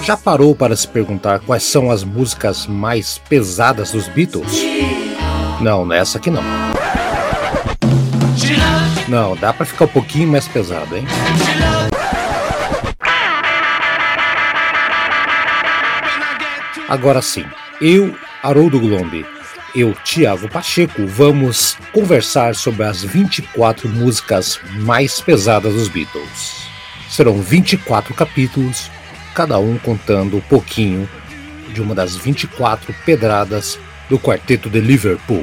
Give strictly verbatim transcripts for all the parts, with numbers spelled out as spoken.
Já parou para se perguntar quais são as músicas mais pesadas dos Beatles? Não, nessa aqui não. Não, dá para ficar um pouquinho mais pesado, hein? Agora sim, eu, Haroldo Glombi, eu, Thiago Pacheco, vamos conversar sobre as vinte e quatro músicas mais pesadas dos Beatles. Serão vinte e quatro capítulos, cada um contando um pouquinho de uma das vinte e quatro pedradas do quarteto de Liverpool.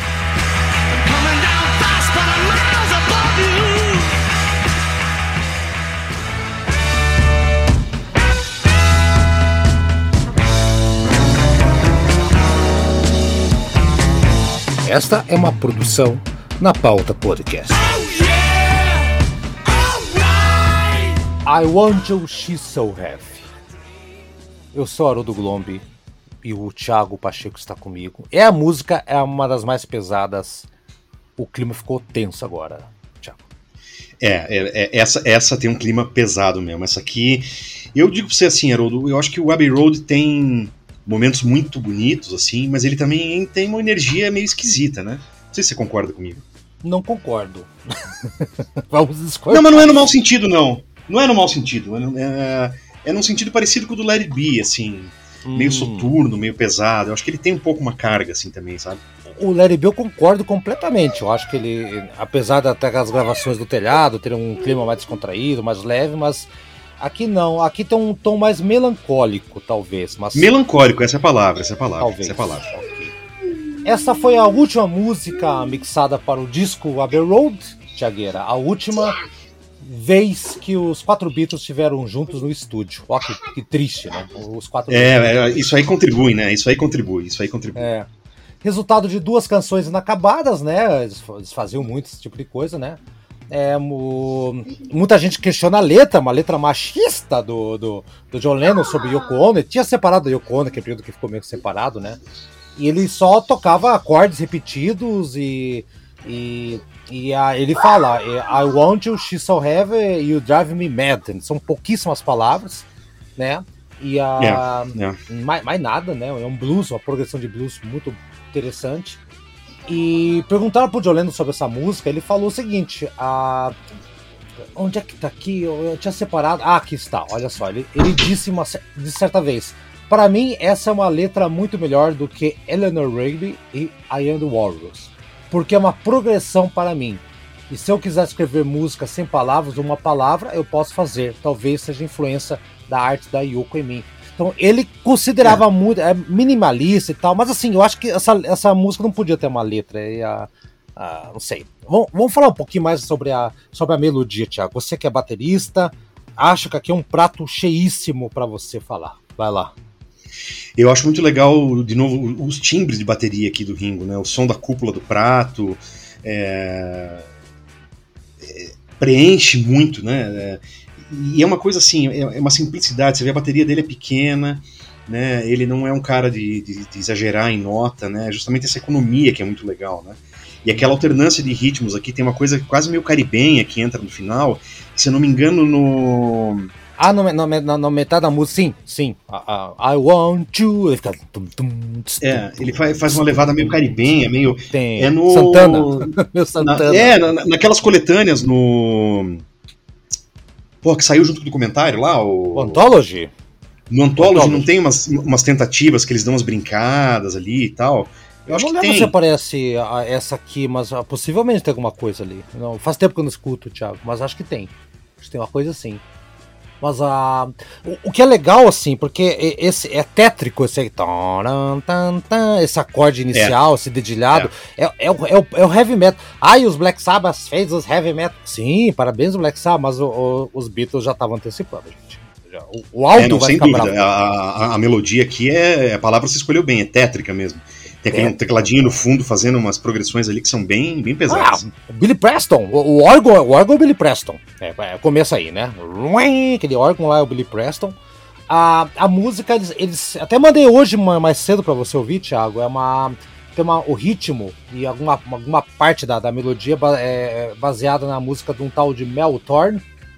Esta é uma produção na Pauta Podcast. I Want You, She's So Heavy. Eu sou Haroldo Glombi e o Thiago Pacheco está comigo. É a música, é uma das mais pesadas. O clima ficou tenso agora, Thiago. É, é, é essa, essa tem um clima pesado mesmo. Essa aqui, eu digo pra você assim, Haroldo, eu acho que o Abbey Road tem momentos muito bonitos, assim, mas ele também tem uma energia meio esquisita, né? Não sei se você concorda comigo. Não concordo. Vamos discordar. Não, mas não é no mau sentido, não. Não é no mau sentido. É, é, é num sentido parecido com o do Let It Be, assim. Hum. Meio soturno, meio pesado. Eu acho que ele tem um pouco uma carga, assim, também, sabe? O Let It Be eu concordo completamente. Eu acho que ele, apesar de até as gravações do telhado terem um clima mais descontraído, mais leve, mas aqui não. Aqui tem um tom mais melancólico, talvez. Mas... Melancólico, essa é a palavra, essa é a palavra. Talvez. Essa é a palavra. Okay. Essa foi a última música mixada para o disco Abbey Road, Thiagueira. A última vez que os quatro Beatles estiveram juntos no estúdio. Ó, que, que triste, né? Os quatro é, é, isso aí contribui, né? Isso aí contribui, isso aí contribui. É. Resultado de duas canções inacabadas, né? Eles, eles faziam muito esse tipo de coisa, né? É, o, muita gente questiona a letra, uma letra machista do, do, do John Lennon sobre Yoko Ono. Ele tinha separado a Yoko Ono, que é o período que ficou meio separado, né? E ele só tocava acordes repetidos e... e E a, ele fala, I want you, she's so heavy, you drive me mad. São pouquíssimas palavras, né? E a, yeah, yeah. Mais, mais nada, né? É um blues, uma progressão de blues muito interessante. E perguntaram pro John Lennon sobre essa música, ele falou o seguinte, a, onde é que tá aqui? Eu, eu tinha separado. Ah, aqui está, olha só. Ele, ele disse uma de certa vez, para mim essa é uma letra muito melhor do que Eleanor Rigby e I Am the Walrus. Porque é uma progressão para mim. E se eu quiser escrever música sem palavras, uma palavra eu posso fazer. Talvez seja influência da arte da Yoko em mim. Então ele considerava é. muito, é minimalista e tal, mas assim, eu acho que essa, essa música não podia ter uma letra. E a, a, não sei. Vamos, vamos falar um pouquinho mais sobre a, sobre a melodia, Thiago. Você que é baterista, acho que aqui é um prato cheíssimo para você falar. Vai lá. Eu acho muito legal, de novo, os timbres de bateria aqui do Ringo, né? O som da cúpula do prato é... É... preenche muito, né? É... E é uma coisa assim, é uma simplicidade. Você vê a bateria dele é pequena, né? Ele não é um cara de, de, de exagerar em nota, né? Justamente essa economia que é muito legal, né? E aquela alternância de ritmos aqui, tem uma coisa quase meio caribenha que entra no final. Se eu não me engano, no... Ah, no, no, no, no metade da música, sim, sim. Uh, uh, I want you. Ele fica. Tum, tum, tum, é, ele faz, faz uma levada meio caribenha, meio. Tem. É no. Santana. Meu Santana. Na, é, na, naquelas coletâneas no. Pô, que saiu junto com o documentário lá. O, o Anthology? No Anthology, Anthology não tem umas, umas tentativas que eles dão umas brincadas ali e tal. Eu, eu acho não que lembro tem. se aparece a, essa aqui, mas a, possivelmente tem alguma coisa ali. Não, faz tempo que eu não escuto, Thiago, mas acho que tem. Acho que tem uma coisa assim. Mas a, o, o que é legal, assim, porque esse é tétrico, esse, aí, esse acorde inicial, é. esse dedilhado, é. É, é, o, é, o, é o heavy metal. Ah, e os Black Sabbath fez os heavy metal. Sim, parabéns ao Black Sabbath, mas o, o, os Beatles já estavam antecipando, gente. O, o Aldo é, não, vai sem ficar dúvida. bravo. A, a, a melodia aqui, é a palavra você escolheu bem, é tétrica mesmo. Tem aquele é. tecladinho no fundo fazendo umas progressões ali que são bem, bem pesadas. Ah, Billy Preston, o, o órgão, o órgão é o Billy Preston. É, é, começa aí, né? Aquele órgão lá é o Billy Preston. A, a música, eles, eles. Até mandei hoje mais cedo pra você ouvir, Thiago. É uma. Tem uma, o ritmo e alguma, alguma parte da, da melodia é baseada na música de um tal de Mel Torme,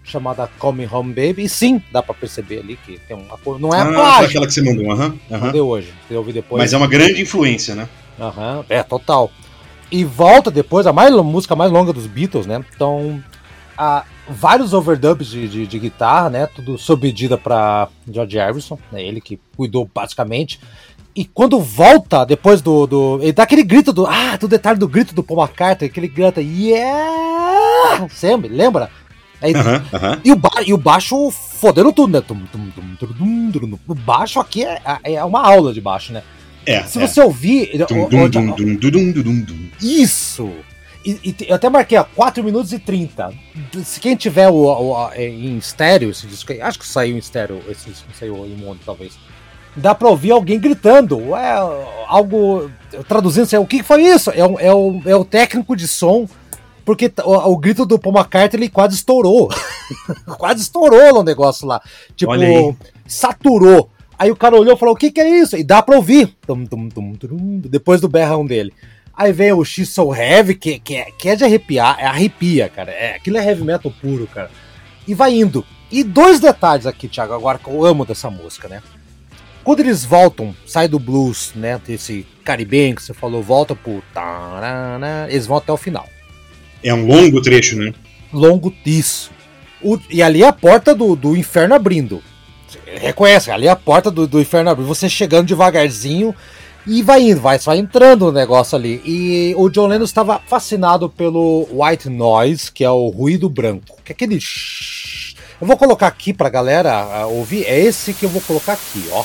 chamada Coming Home Baby, e sim, dá pra perceber ali que tem uma coisa, não é ah, plágio. Aquela que você mandou, aham. Uhum, uhum. Mandei hoje, eu ouvi depois. Mas é uma grande influência, né? Aham, uhum, é, total. E volta depois, a mais, a música mais longa dos Beatles, né? Então, há vários overdubs de, de, de guitarra, né? Tudo sob medida pra George Harrison, né? Ele que cuidou basicamente. E quando volta, depois do, do... Ele dá aquele grito do... Ah, do detalhe do grito do Paul McCartney, aquele grita... Yeah! Sempre, lembra? Aí, uhum, uhum. E, o ba- e o baixo fodendo tudo, né? Tum, tum, tum, tum, tum, tum, tum. O baixo aqui é, é uma aula de baixo, né? É, Se é. você ouvir... Dum, dum, dum, dum, dum, dum, dum. Isso! E, e, eu até marquei, ó, quatro minutos e trinta. Se quem tiver o, o, o, em estéreo, esse disco, acho que saiu em estéreo, esse disco saiu em mono, talvez. Dá pra ouvir alguém gritando. É algo... Traduzindo, assim, o que foi isso? É o, é o, é o técnico de som, porque o, o grito do Paul McCartney ele quase estourou. Quase estourou o negócio lá. Tipo, saturou. Aí o cara olhou e falou, o que que é isso? E dá pra ouvir. Tum, tum, tum, tum, depois do berrão dele. Aí vem o She's So Heavy, que, que, é, que é de arrepiar, é arrepia, cara. É, aquilo é heavy metal puro, cara. E vai indo. E dois detalhes aqui, Thiago, agora que eu amo dessa música, né? Quando eles voltam, sai do blues, né? Desse caribenho que você falou, volta pro... Tarana, eles vão até o final. É um longo trecho, né? Longo disso. O, e ali é a porta do, do inferno abrindo. Você reconhece, ali é a porta do, do inferno abrindo. Você chegando devagarzinho e vai indo, vai só entrando o negócio ali. E o John Lennon estava fascinado pelo white noise, que é o ruído branco. Que é aquele... Eu vou colocar aqui pra galera uh, ouvir. É esse que eu vou colocar aqui, ó.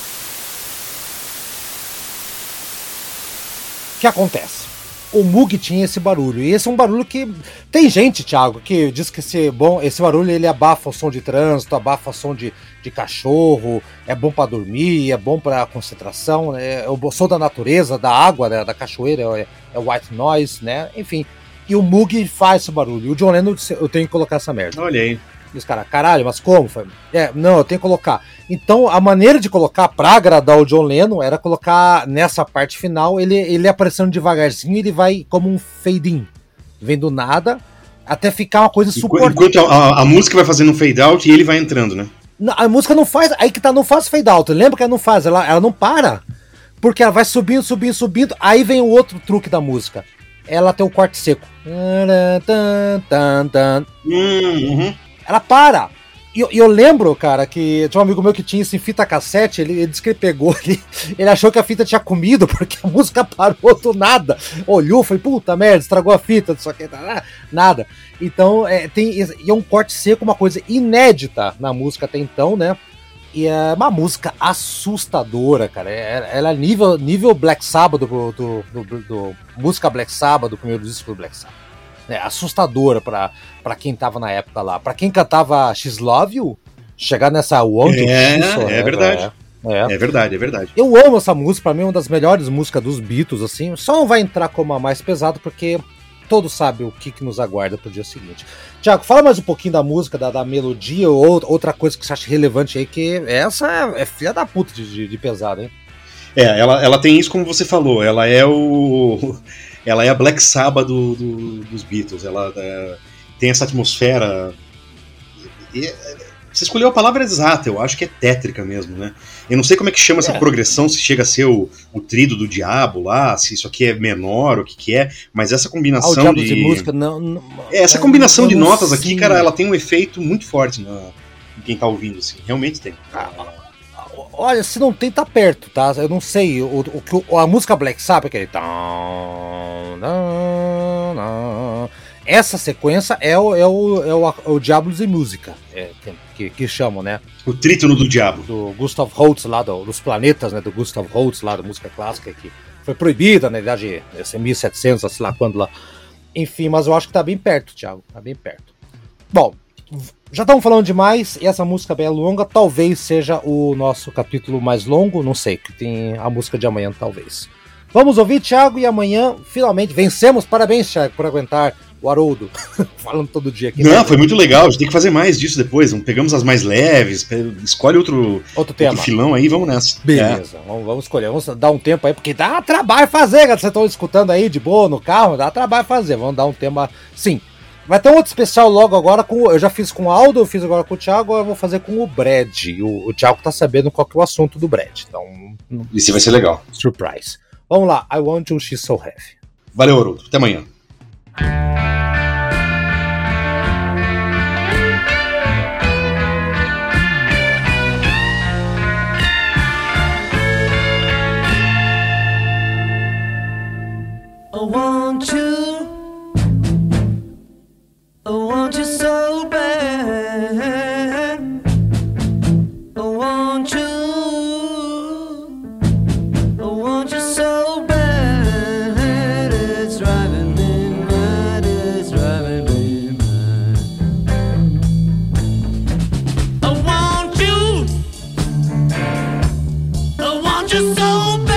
O que acontece? O Moog tinha esse barulho, e esse é um barulho que... Tem gente, Thiago, que diz que esse, bom, esse barulho ele abafa o som de trânsito, abafa o som de, de cachorro, é bom pra dormir, é bom pra concentração, é o som da natureza, da água, né, da cachoeira, é, é white noise, né, enfim. E o Moog faz esse barulho, e o John Lennon disse, eu tenho que colocar essa merda. Olha aí. E os caras, caralho, mas como? É, não, eu tenho que colocar. Então, a maneira de colocar pra agradar o John Lennon era colocar nessa parte final, ele, ele aparecendo devagarzinho, ele vai como um fade-in, vem do nada, até ficar uma coisa suportável. Enquanto a, a música vai fazendo um fade-out e ele vai entrando, né? Não, a música não faz, aí que tá, não faz fade-out, lembra que ela não faz, ela, ela não para, porque ela vai subindo, subindo, subindo, aí vem o outro truque da música, ela tem o corte seco. Uhum. Ela para. E eu, eu lembro, cara, que tinha um amigo meu que tinha isso em fita cassete, ele, ele disse que ele pegou, ele, ele achou que a fita tinha comido, porque a música parou do nada. Olhou, foi, puta merda, estragou a fita, só que nada. Então, é, tem, e é um corte seco, uma coisa inédita na música até então, né? E é uma música assustadora, cara. Ela é nível, nível Black Sabbath, do, do, do, do, do música Black Sabbath, do primeiro disco do Black Sabbath. É assustadora pra, pra quem tava na época lá. Pra quem cantava She's Love You, chegar nessa One É, é verdade. É, é. é verdade, é verdade. Eu amo essa música, pra mim é uma das melhores músicas dos Beatles, assim. Só não vai entrar como a mais pesada, porque todos sabem o que, que nos aguarda pro dia seguinte. Tiago, fala mais um pouquinho da música, da, da melodia, ou outra coisa que você acha relevante aí, que essa é, é filha da puta de, de, de pesada, hein? É, ela, ela tem isso como você falou, ela é o... Ela é a Black Sabbath do, do, dos Beatles, ela é, tem essa atmosfera... E, você escolheu a palavra exata, eu acho que é tétrica mesmo, né? Eu não sei como é que chama essa é. progressão, se chega a ser o, o trido do diabo lá, se isso aqui é menor, o que que é, mas essa combinação ah, o de... de música, não, não, é, essa combinação de notas aqui, cara, ela tem um efeito muito forte na, em quem tá ouvindo, assim, realmente tem. Ah, olha, se não tem, tá perto, tá? Eu não sei, o, o, a música Black Sabbath, aquele... Essa sequência é o, é o, é o, o Diablos e Música, é, que, que chamam, né? O trítono do diabo. Do Gustav Holst, lá do, dos planetas, né? Do Gustav Holst, lá da música clássica, que foi proibida, na verdade, em mil e setecentos, sei lá quando lá. Enfim, mas eu acho que tá bem perto, Thiago, tá bem perto. Bom, já estamos falando demais, e essa música bem longa, talvez seja o nosso capítulo mais longo, não sei, que tem a música de amanhã, talvez. Vamos ouvir, Thiago, e amanhã, finalmente, vencemos. Parabéns, Thiago, por aguentar o Haroldo falando todo dia aqui. Não, né? Foi muito legal, a gente tem que fazer mais disso depois. Pegamos as mais leves, escolhe outro, outro, tema. outro filão aí, vamos nessa. Beleza, é. vamos, vamos escolher, vamos dar um tempo aí, porque dá trabalho fazer, galera. Vocês estão escutando aí de boa no carro, dá trabalho fazer, vamos dar um tema, sim. Vai ter um outro especial logo agora, com, eu já fiz com o Aldo, eu fiz agora com o Thiago, agora eu vou fazer com o Brad. O, o Thiago tá sabendo qual que é o assunto do Brad, então... Isso vai ser legal. Surprise. Vamos lá, I Want You, She's So Heavy. Valeu, Haroldo. Até amanhã. I want you, I want you so bad. I want you, I want you so bad. It's driving me mad, it's driving me mad. I want you, I want you so bad.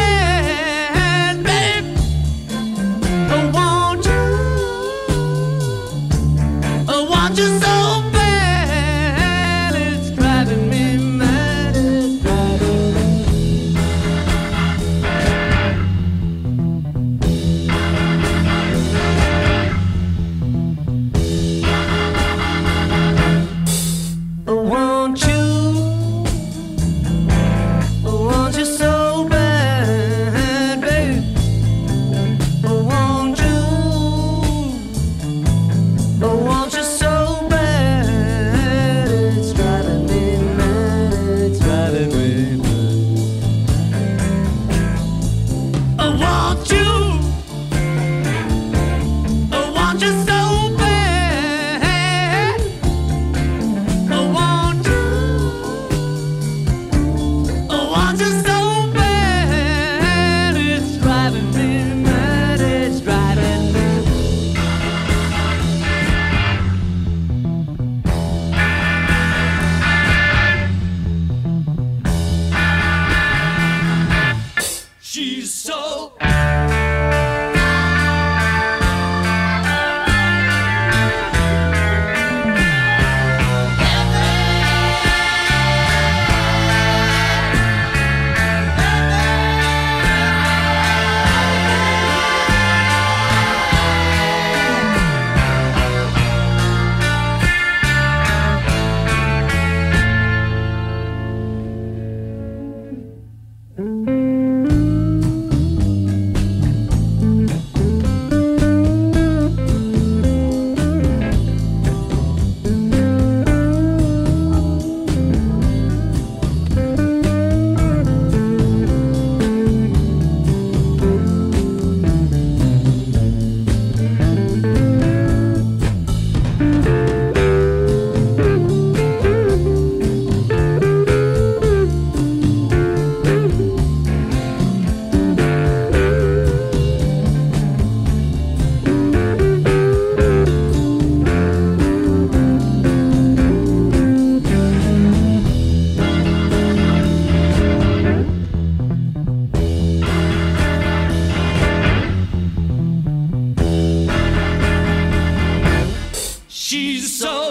She's so